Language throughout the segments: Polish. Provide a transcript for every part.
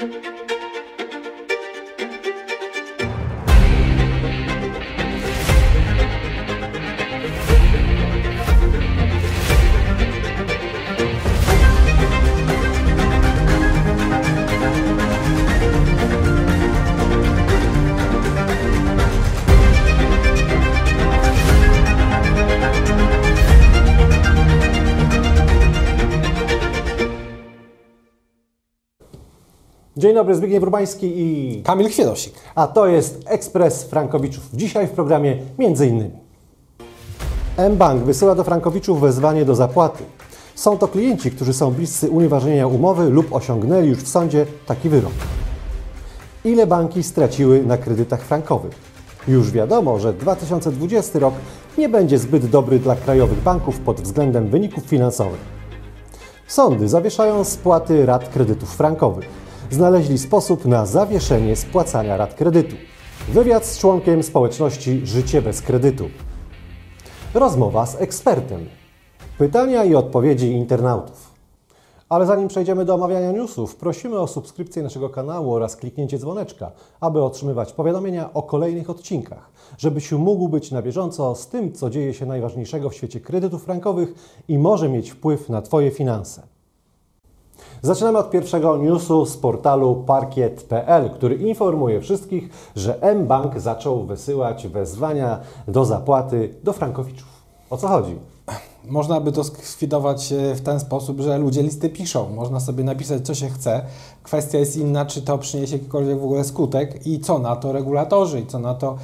Dzień dobry, Zbigniew Urbański i Kamil Chwiedosik. A to jest Ekspres Frankowiczów. Dzisiaj w programie m.in. mBank wysyła do Frankowiczów wezwanie do zapłaty. Są to klienci, którzy są bliscy unieważnienia umowy lub osiągnęli już w sądzie taki wyrok. Ile banki straciły na kredytach frankowych? Już wiadomo, że 2020 rok nie będzie zbyt dobry dla krajowych banków pod względem wyników finansowych. Sądy zawieszają spłaty rat kredytów frankowych. Znaleźli sposób na zawieszenie spłacania rat kredytu. Wywiad z członkiem społeczności Życie bez kredytu. Rozmowa z ekspertem. Pytania i odpowiedzi internautów. Ale zanim przejdziemy do omawiania newsów, prosimy o subskrypcję naszego kanału oraz kliknięcie dzwoneczka, aby otrzymywać powiadomienia o kolejnych odcinkach, żebyś mógł być na bieżąco z tym, co dzieje się najważniejszego w świecie kredytów frankowych i może mieć wpływ na Twoje finanse. Zaczynamy od pierwszego newsu z portalu Parkiet.pl, który informuje wszystkich, że mBank zaczął wysyłać wezwania do zapłaty do frankowiczów. O co chodzi? Można by to skwitować w ten sposób, że ludzie listy piszą. Można sobie napisać, co się chce. Kwestia jest inna, czy to przyniesie jakikolwiek w ogóle skutek i co na to regulatorzy, i co na to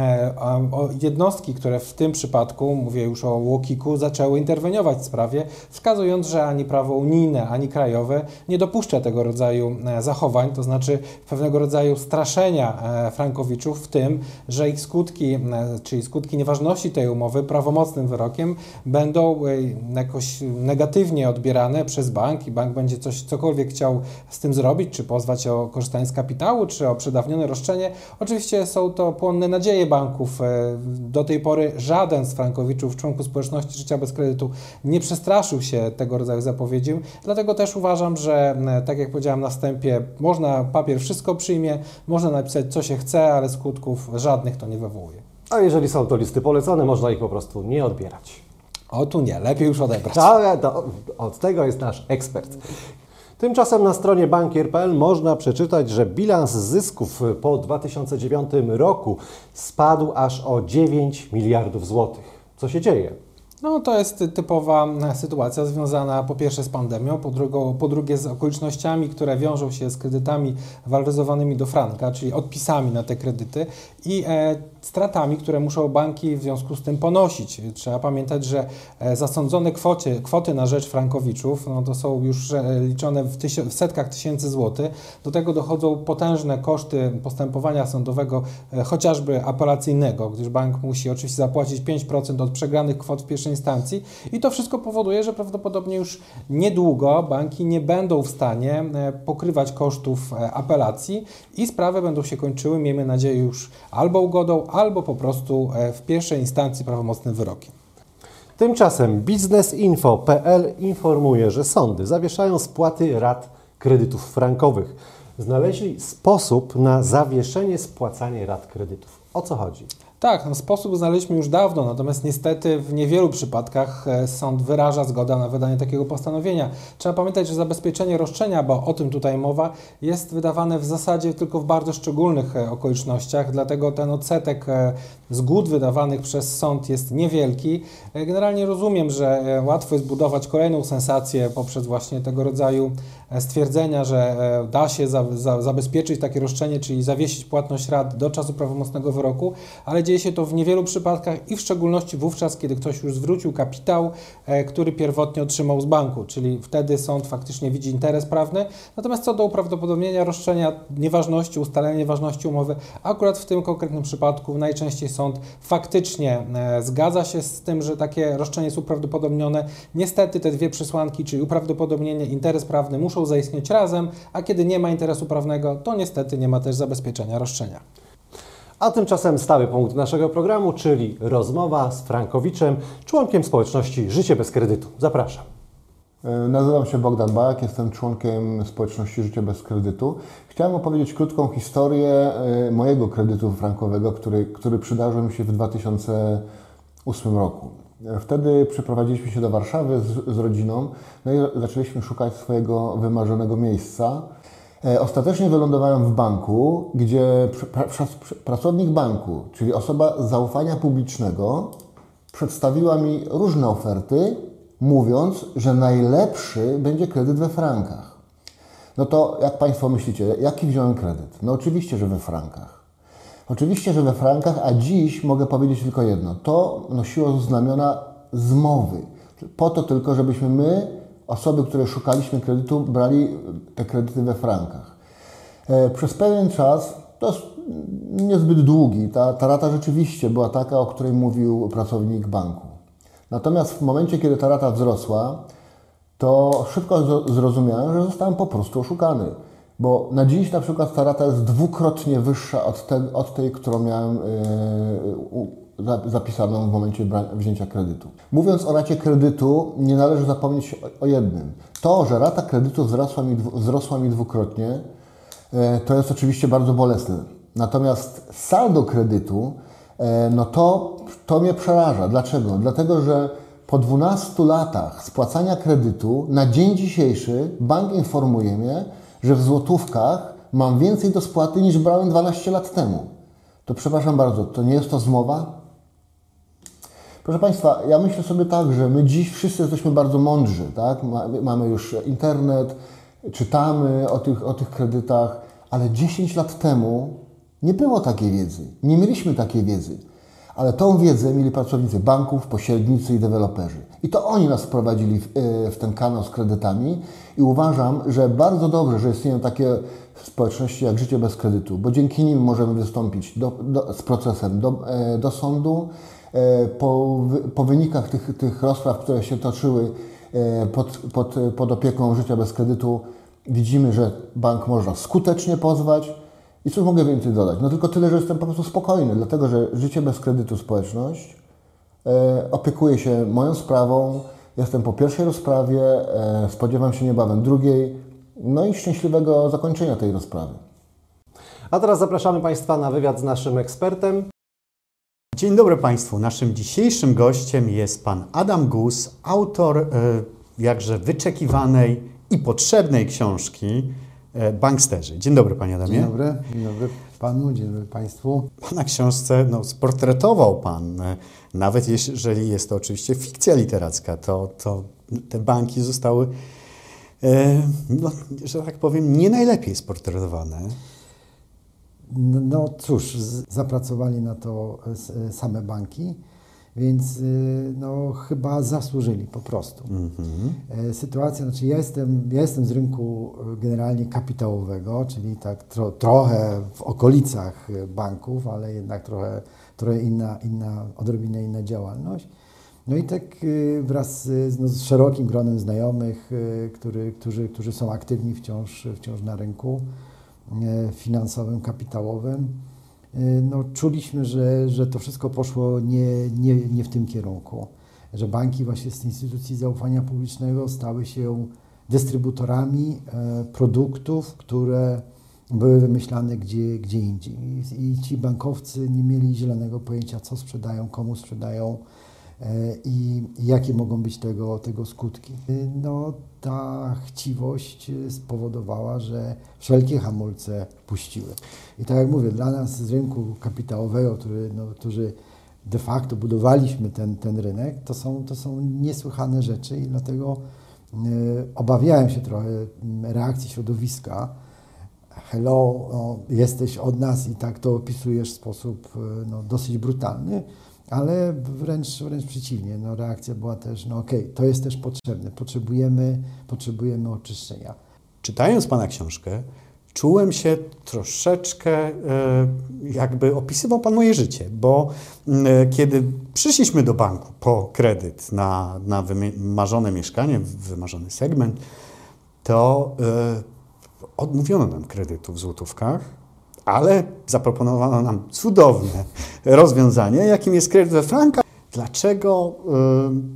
jednostki, które w tym przypadku, mówię już o UOKiK-u, zaczęły interweniować w sprawie, wskazując, że ani prawo unijne, ani krajowe nie dopuszcza tego rodzaju zachowań, to znaczy pewnego rodzaju straszenia frankowiczów w tym, że ich skutki, czyli skutki nieważności tej umowy prawomocnym wyrokiem będą jakoś negatywnie odbierane przez bank i bank będzie cokolwiek chciał z tym zrobić, czy pozwać o korzystanie z kapitału, czy o przedawnione roszczenie. Oczywiście są to płonne nadzieje banków. Do tej pory żaden z frankowiczów, członków społeczności Życia bez kredytu nie przestraszył się tego rodzaju zapowiedzi. Dlatego też uważam, że tak jak powiedziałem na wstępie, papier wszystko przyjmie, można napisać co się chce, ale skutków żadnych to nie wywołuje. A jeżeli są to listy polecone, można ich po prostu nie odbierać. O tu nie, lepiej już odebrać. Od tego jest nasz ekspert. Tymczasem na stronie bankier.pl można przeczytać, że bilans zysków po 2009 roku spadł aż o 9 miliardów złotych. Co się dzieje? No to jest typowa sytuacja związana po pierwsze z pandemią, po drugie z okolicznościami, które wiążą się z kredytami waloryzowanymi do franka, czyli odpisami na te kredyty i stratami, które muszą banki w związku z tym ponosić. Trzeba pamiętać, że zasądzone kwoty na rzecz frankowiczów, no to są już liczone w setkach tysięcy złotych. Do tego dochodzą potężne koszty postępowania sądowego, chociażby apelacyjnego, gdyż bank musi oczywiście zapłacić 5% od przegranych kwot w pierwszej instancji i to wszystko powoduje, że prawdopodobnie już niedługo banki nie będą w stanie pokrywać kosztów apelacji i sprawy będą się kończyły, miejmy nadzieję, już albo ugodą, albo po prostu w pierwszej instancji prawomocnym wyrokiem. Tymczasem biznesinfo.pl informuje, że sądy zawieszają spłaty rat kredytów frankowych. Znaleźli sposób na zawieszenie spłacania rat kredytów. O co chodzi? Tak, sposób znaleźliśmy już dawno, natomiast niestety w niewielu przypadkach sąd wyraża zgodę na wydanie takiego postanowienia. Trzeba pamiętać, że zabezpieczenie roszczenia, bo o tym tutaj mowa, jest wydawane w zasadzie tylko w bardzo szczególnych okolicznościach, dlatego ten odsetek zgód wydawanych przez sąd jest niewielki. Generalnie rozumiem, że łatwo jest budować kolejną sensację poprzez właśnie tego rodzaju stwierdzenia, że da się zabezpieczyć takie roszczenie, czyli zawiesić płatność rat do czasu prawomocnego wyroku, ale dzieje się to w niewielu przypadkach i w szczególności wówczas, kiedy ktoś już zwrócił kapitał, który pierwotnie otrzymał z banku, czyli wtedy sąd faktycznie widzi interes prawny. Natomiast co do uprawdopodobnienia roszczenia nieważności, ustalenia nieważności umowy, akurat w tym konkretnym przypadku najczęściej sąd faktycznie zgadza się z tym, że takie roszczenie jest uprawdopodobnione. Niestety te dwie przesłanki, czyli uprawdopodobnienie, interes prawny muszą zaistnieć razem, a kiedy nie ma interesu prawnego, to niestety nie ma też zabezpieczenia roszczenia. A tymczasem stały punkt naszego programu, czyli rozmowa z Frankowiczem, członkiem społeczności Życie bez kredytu. Zapraszam. Nazywam się Bogdan Bajak, jestem członkiem społeczności Życie bez kredytu. Chciałem opowiedzieć krótką historię mojego kredytu frankowego, który przydarzył mi się w 2008 roku. Wtedy przeprowadziliśmy się do Warszawy z rodziną, no i zaczęliśmy szukać swojego wymarzonego miejsca. Ostatecznie wylądowałem w banku, gdzie pracownik banku, czyli osoba zaufania publicznego, przedstawiła mi różne oferty, mówiąc, że najlepszy będzie kredyt we frankach. No to jak Państwo myślicie, jaki wziąłem kredyt? No oczywiście, że we frankach. Oczywiście, że we frankach, a dziś mogę powiedzieć tylko jedno. To nosiło znamiona zmowy. Po to tylko, żebyśmy my, osoby, które szukaliśmy kredytu, brali te kredyty we frankach. Przez pewien czas, to jest niezbyt długi, ta rata rzeczywiście była taka, o której mówił pracownik banku. Natomiast w momencie, kiedy ta rata wzrosła, to szybko zrozumiałem, że zostałem po prostu oszukany. Bo na dziś na przykład ta rata jest dwukrotnie wyższa od tej, którą miałem zapisaną w momencie wzięcia kredytu. Mówiąc o racie kredytu, nie należy zapomnieć o jednym. To, że rata kredytu wzrosła mi dwukrotnie, to jest oczywiście bardzo bolesne. Natomiast saldo kredytu, no to mnie przeraża. Dlaczego? Dlatego, że po 12 latach spłacania kredytu na dzień dzisiejszy bank informuje mnie, że w złotówkach mam więcej do spłaty niż brałem 12 lat temu. To przepraszam bardzo, to nie jest to zmowa? Proszę Państwa, ja myślę sobie tak, że my dziś wszyscy jesteśmy bardzo mądrzy, tak? Mamy już internet, czytamy o tych kredytach, ale 10 lat temu nie było takiej wiedzy, nie mieliśmy takiej wiedzy. Ale tą wiedzę mieli pracownicy banków, pośrednicy i deweloperzy. I to oni nas wprowadzili w ten kanał z kredytami i uważam, że bardzo dobrze, że istnieją takie społeczności jak Życie bez kredytu, bo dzięki nim możemy wystąpić z procesem do sądu. Po wynikach tych rozpraw, które się toczyły pod opieką Życia bez kredytu, widzimy, że bank można skutecznie pozwać. I cóż mogę więcej dodać? No tylko tyle, że jestem po prostu spokojny, dlatego że Życie bez kredytu społeczność opiekuje się moją sprawą. Jestem po pierwszej rozprawie, spodziewam się niebawem drugiej, no i szczęśliwego zakończenia tej rozprawy. A teraz zapraszamy Państwa na wywiad z naszym ekspertem. Dzień dobry Państwu. Naszym dzisiejszym gościem jest Pan Adam Gus, autor jakże wyczekiwanej i potrzebnej książki Banksterzy. Dzień dobry Panie Adamie. Dzień dobry Panu, dzień dobry Państwu. Pana książce sportretował Pan, nawet jeżeli jest to oczywiście fikcja literacka, to te banki zostały, że tak powiem, nie najlepiej sportretowane. No cóż, zapracowali na to same banki, więc no, chyba zasłużyli po prostu. Sytuacja, znaczy ja jestem z rynku generalnie kapitałowego, czyli tak trochę w okolicach banków, ale jednak trochę odrobinę inna działalność. No i tak wraz z szerokim gronem znajomych, którzy są aktywni wciąż na rynku finansowym, kapitałowym, no, czuliśmy, że to wszystko poszło nie w tym kierunku, że banki właśnie z instytucji zaufania publicznego stały się dystrybutorami produktów, które były wymyślane gdzie indziej. I ci bankowcy nie mieli zielonego pojęcia, co sprzedają, komu sprzedają i jakie mogą być tego skutki. No, ta chciwość spowodowała, że wszelkie hamulce puściły. I tak jak mówię, dla nas z rynku kapitałowego, którzy de facto budowaliśmy ten rynek, to są niesłychane rzeczy i dlatego obawiałem się trochę reakcji środowiska. Hello, jesteś od nas i tak to opisujesz w sposób dosyć brutalny. Ale wręcz przeciwnie, reakcja była też, to jest też potrzebne, potrzebujemy oczyszczenia. Czytając Pana książkę, czułem się troszeczkę, jakby opisywał Pan moje życie, bo kiedy przyszliśmy do banku po kredyt na wymarzone mieszkanie, wymarzony segment, to odmówiono nam kredytu w złotówkach, ale zaproponowano nam cudowne rozwiązanie, jakim jest kredyt we frankach. Dlaczego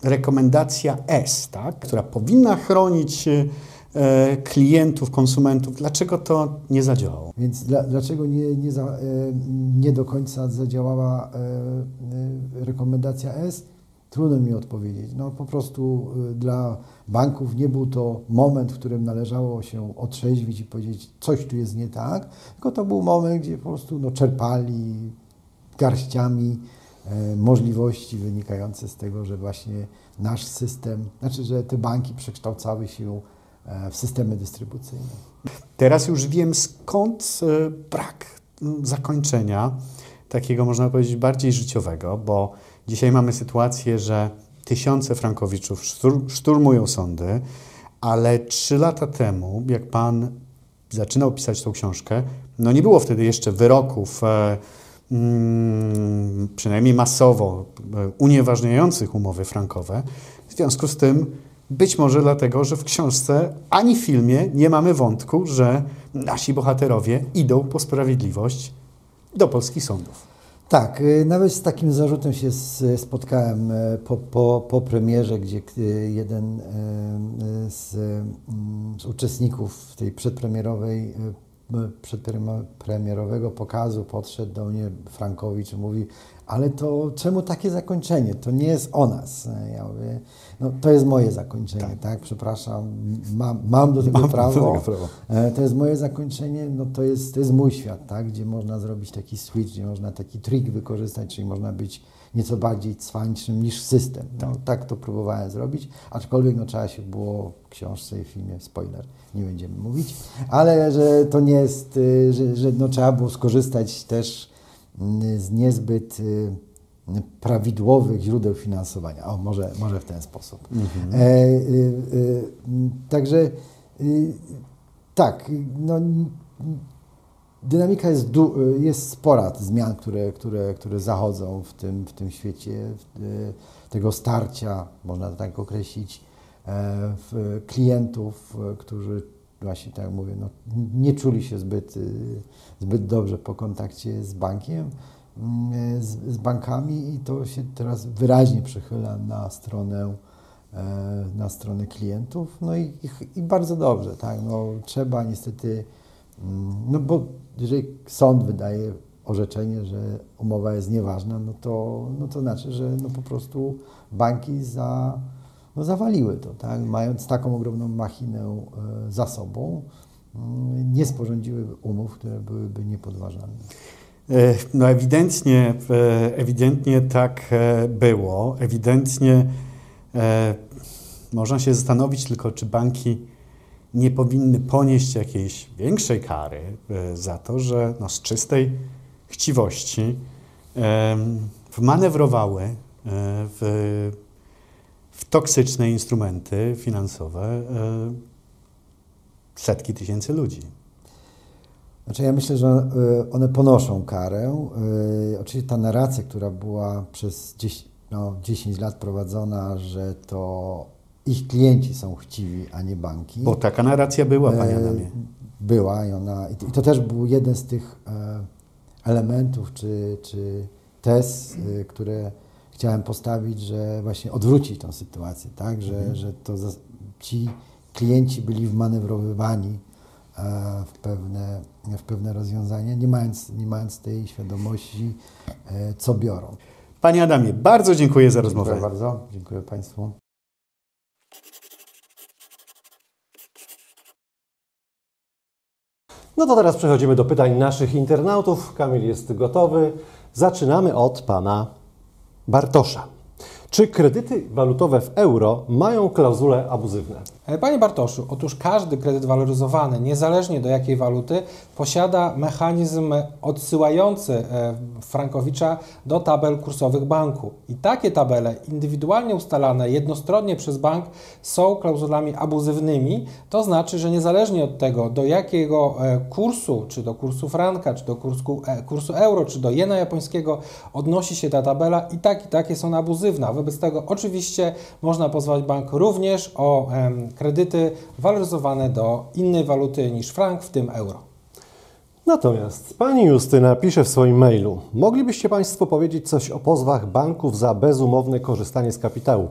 rekomendacja S, tak, która powinna chronić klientów, konsumentów. Dlaczego to nie zadziałało? Więc dlaczego nie do końca zadziałała rekomendacja S? Trudno mi odpowiedzieć. No po prostu dla banków nie był to moment, w którym należało się otrzeźwić i powiedzieć, coś tu jest nie tak, tylko to był moment, gdzie po prostu czerpali garściami możliwości wynikające z tego, że właśnie nasz system, znaczy, że te banki przekształcały się w systemy dystrybucyjne. Teraz już wiem, skąd brak zakończenia takiego, można powiedzieć, bardziej życiowego, bo dzisiaj mamy sytuację, że tysiące frankowiczów szturmują sądy, ale 3 lata temu, jak pan zaczynał pisać tą książkę, no nie było wtedy jeszcze wyroków, przynajmniej masowo, unieważniających umowy frankowe. W związku z tym, być może dlatego, że w książce ani w filmie nie mamy wątku, że nasi bohaterowie idą po sprawiedliwość do polskich sądów. Tak, nawet z takim zarzutem się spotkałem po premierze, gdzie jeden z uczestników tej przedpremierowego pokazu podszedł do mnie Frankowicz i mówi, ale to czemu takie zakończenie? To nie jest o nas. Ja mówię, no to jest moje zakończenie, tak? Przepraszam, mam do tego prawo. To jest moje zakończenie, no to jest mój świat, tak? Gdzie można zrobić taki switch, gdzie można taki trik wykorzystać, czyli można być nieco bardziej cwańczym niż system. No, tak to próbowałem zrobić, aczkolwiek no, trzeba się było w książce i w filmie, spoiler, nie będziemy mówić, ale że to nie jest, że no, trzeba było skorzystać też z niezbyt prawidłowych źródeł finansowania. O, może w ten sposób. Także tak, no, dynamika jest spora zmian, które zachodzą w tym świecie, tego starcia, można to tak określić, klientów, którzy właśnie, tak jak mówię, no, nie czuli się zbyt dobrze po kontakcie z bankiem, z bankami i to się teraz wyraźnie przechyla na stronę klientów, no i bardzo dobrze, tak, no, trzeba niestety, no bo jeżeli sąd wydaje orzeczenie, że umowa jest nieważna, no to znaczy, że no po prostu banki zawaliły to, tak? Mając taką ogromną machinę za sobą, nie sporządziły umów, które byłyby niepodważalne. No ewidentnie tak było. Ewidentnie można się zastanowić tylko, czy banki nie powinny ponieść jakiejś większej kary za to, że no, z czystej chciwości wmanewrowały w toksyczne instrumenty finansowe setki tysięcy ludzi. Znaczy ja myślę, że one ponoszą karę. Oczywiście ta narracja, która była przez 10 lat prowadzona, że to ich klienci są chciwi, a nie banki. Bo taka narracja była, panie Adamie. Była i to też był jeden z tych elementów czy tez, które chciałem postawić, że właśnie odwrócić tą sytuację, tak, że to ci klienci byli wmanewrowywani w pewne rozwiązania, nie mając tej świadomości, co biorą. Panie Adamie, bardzo dziękuję za rozmowę. Dziękuję bardzo, dziękuję Państwu. No to teraz przechodzimy do pytań naszych internautów. Kamil jest gotowy. Zaczynamy od pana Bartosza. Czy kredyty walutowe w euro mają klauzule abuzywne? Panie Bartoszu, otóż każdy kredyt waloryzowany, niezależnie do jakiej waluty, posiada mechanizm odsyłający Frankowicza do tabel kursowych banku. I takie tabele indywidualnie ustalane jednostronnie przez bank są klauzulami abuzywnymi. To znaczy, że niezależnie od tego, do jakiego kursu, czy do kursu franka, czy do kursu euro, czy do jena japońskiego odnosi się ta tabela, i tak jest ona abuzywna. Wobec tego oczywiście można pozwać bank również o kredyty waloryzowane do innej waluty niż frank, w tym euro. Natomiast pani Justyna pisze w swoim mailu: moglibyście Państwo powiedzieć coś o pozwach banków za bezumowne korzystanie z kapitału?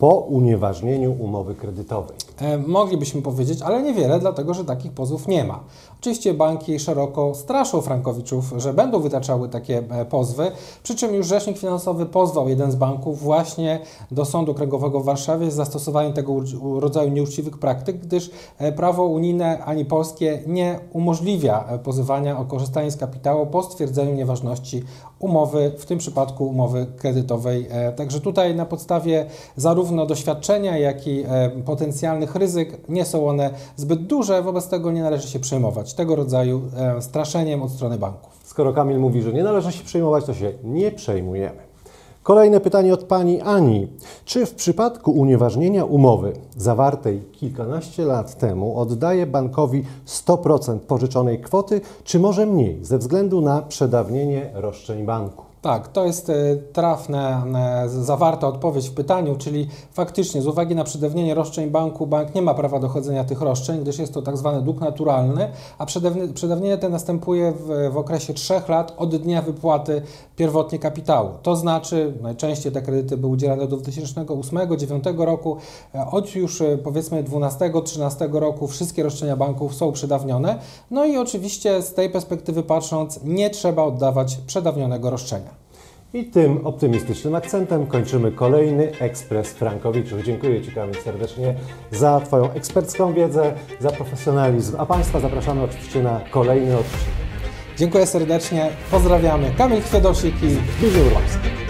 po unieważnieniu umowy kredytowej? Moglibyśmy powiedzieć, ale niewiele, dlatego że takich pozwów nie ma. Oczywiście banki szeroko straszą frankowiczów, że będą wytaczały takie pozwy, przy czym już Rzecznik Finansowy pozwał jeden z banków właśnie do Sądu Okręgowego w Warszawie z zastosowaniem tego rodzaju nieuczciwych praktyk, gdyż prawo unijne ani polskie nie umożliwia pozywania o korzystanie z kapitału po stwierdzeniu nieważności umowy, w tym przypadku umowy kredytowej. Także tutaj na podstawie zarówno doświadczenia, jak i potencjalnych ryzyk nie są one zbyt duże, wobec tego nie należy się przejmować tego rodzaju straszeniem od strony banków. Skoro Kamil mówi, że nie należy się przejmować, to się nie przejmujemy. Kolejne pytanie od pani Ani. Czy w przypadku unieważnienia umowy zawartej kilkanaście lat temu oddaje bankowi 100% pożyczonej kwoty, czy może mniej, ze względu na przedawnienie roszczeń banku? Tak, to jest trafna, zawarta odpowiedź w pytaniu, czyli faktycznie z uwagi na przedawnienie roszczeń banku, bank nie ma prawa dochodzenia tych roszczeń, gdyż jest to tak zwany dług naturalny, a przedawnienie te następuje w okresie 3 lat od dnia wypłaty pierwotnie kapitału. To znaczy, najczęściej te kredyty były udzielane do 2008-2009 roku, od już powiedzmy 2012-2013 roku wszystkie roszczenia banków są przedawnione, no i oczywiście z tej perspektywy patrząc nie trzeba oddawać przedawnionego roszczenia. I tym optymistycznym akcentem kończymy kolejny Ekspres Frankowiczów. Dziękuję Ci, Kamil, serdecznie za Twoją ekspercką wiedzę, za profesjonalizm, a Państwa zapraszamy oczywiście na kolejny odcinek. Dziękuję serdecznie, pozdrawiamy. Kamil Chwiedosik i Zbigniew Urbański.